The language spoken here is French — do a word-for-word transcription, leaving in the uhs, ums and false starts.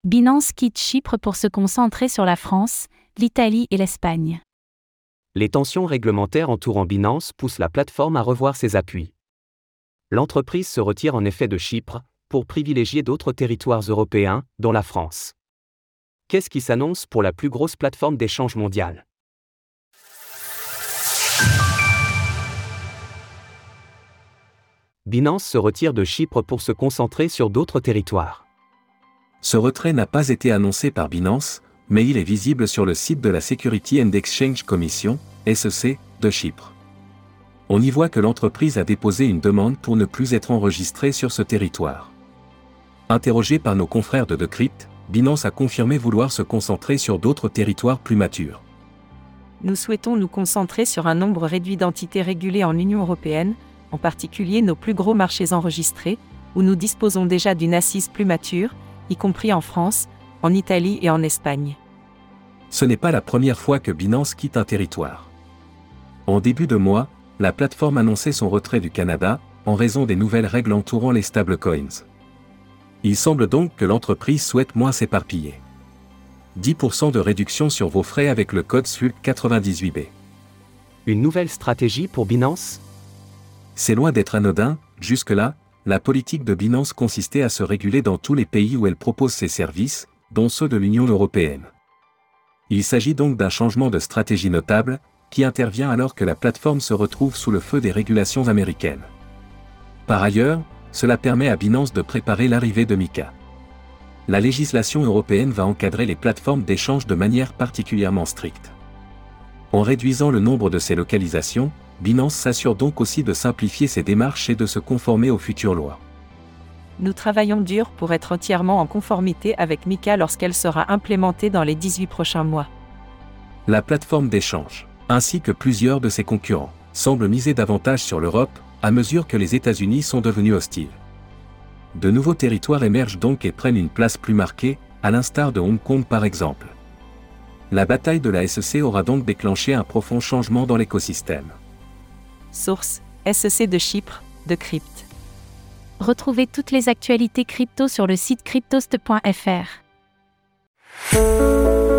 Binance quitte Chypre pour se concentrer sur la France, l'Italie et l'Espagne. Les tensions réglementaires entourant Binance poussent la plateforme à revoir ses appuis. L'entreprise se retire en effet de Chypre, pour privilégier d'autres territoires européens, dont la France. Qu'est-ce qui s'annonce pour la plus grosse plateforme d'échange mondiale ? Binance se retire de Chypre pour se concentrer sur d'autres territoires. Ce retrait n'a pas été annoncé par Binance, mais il est visible sur le site de la Security and Exchange Commission, S E C, de Chypre. On y voit que l'entreprise a déposé une demande pour ne plus être enregistrée sur ce territoire. Interrogé par nos confrères de Decrypt, Binance a confirmé vouloir se concentrer sur d'autres territoires plus matures. Nous souhaitons nous concentrer sur un nombre réduit d'entités régulées en Union européenne, en particulier nos plus gros marchés enregistrés, où nous disposons déjà d'une assise plus mature, y compris en France, en Italie et en Espagne. Ce n'est pas la première fois que Binance quitte un territoire. En début de mois, la plateforme annonçait son retrait du Canada, en raison des nouvelles règles entourant les stablecoins. Il semble donc que l'entreprise souhaite moins s'éparpiller. dix pour cent de réduction sur vos frais avec le code S U L quatre-vingt-dix-huit B. Une nouvelle stratégie pour Binance ? C'est loin d'être anodin, jusque-là, la politique de Binance consistait à se réguler dans tous les pays où elle propose ses services, dont ceux de l'Union européenne. Il s'agit donc d'un changement de stratégie notable, qui intervient alors que la plateforme se retrouve sous le feu des régulations américaines. Par ailleurs, cela permet à Binance de préparer l'arrivée de MiCA. La législation européenne va encadrer les plateformes d'échange de manière particulièrement stricte. En réduisant le nombre de ses localisations, Binance s'assure donc aussi de simplifier ses démarches et de se conformer aux futures lois. Nous travaillons dur pour être entièrement en conformité avec MiCA lorsqu'elle sera implémentée dans les dix-huit prochains mois. La plateforme d'échange, ainsi que plusieurs de ses concurrents, semblent miser davantage sur l'Europe, à mesure que les États-Unis sont devenus hostiles. De nouveaux territoires émergent donc et prennent une place plus marquée, à l'instar de Hong Kong par exemple. La bataille de la S E C aura donc déclenché un profond changement dans l'écosystème. Source, S E C de Chypre, Decrypt. Retrouvez toutes les actualités crypto sur le site cryptost point f r.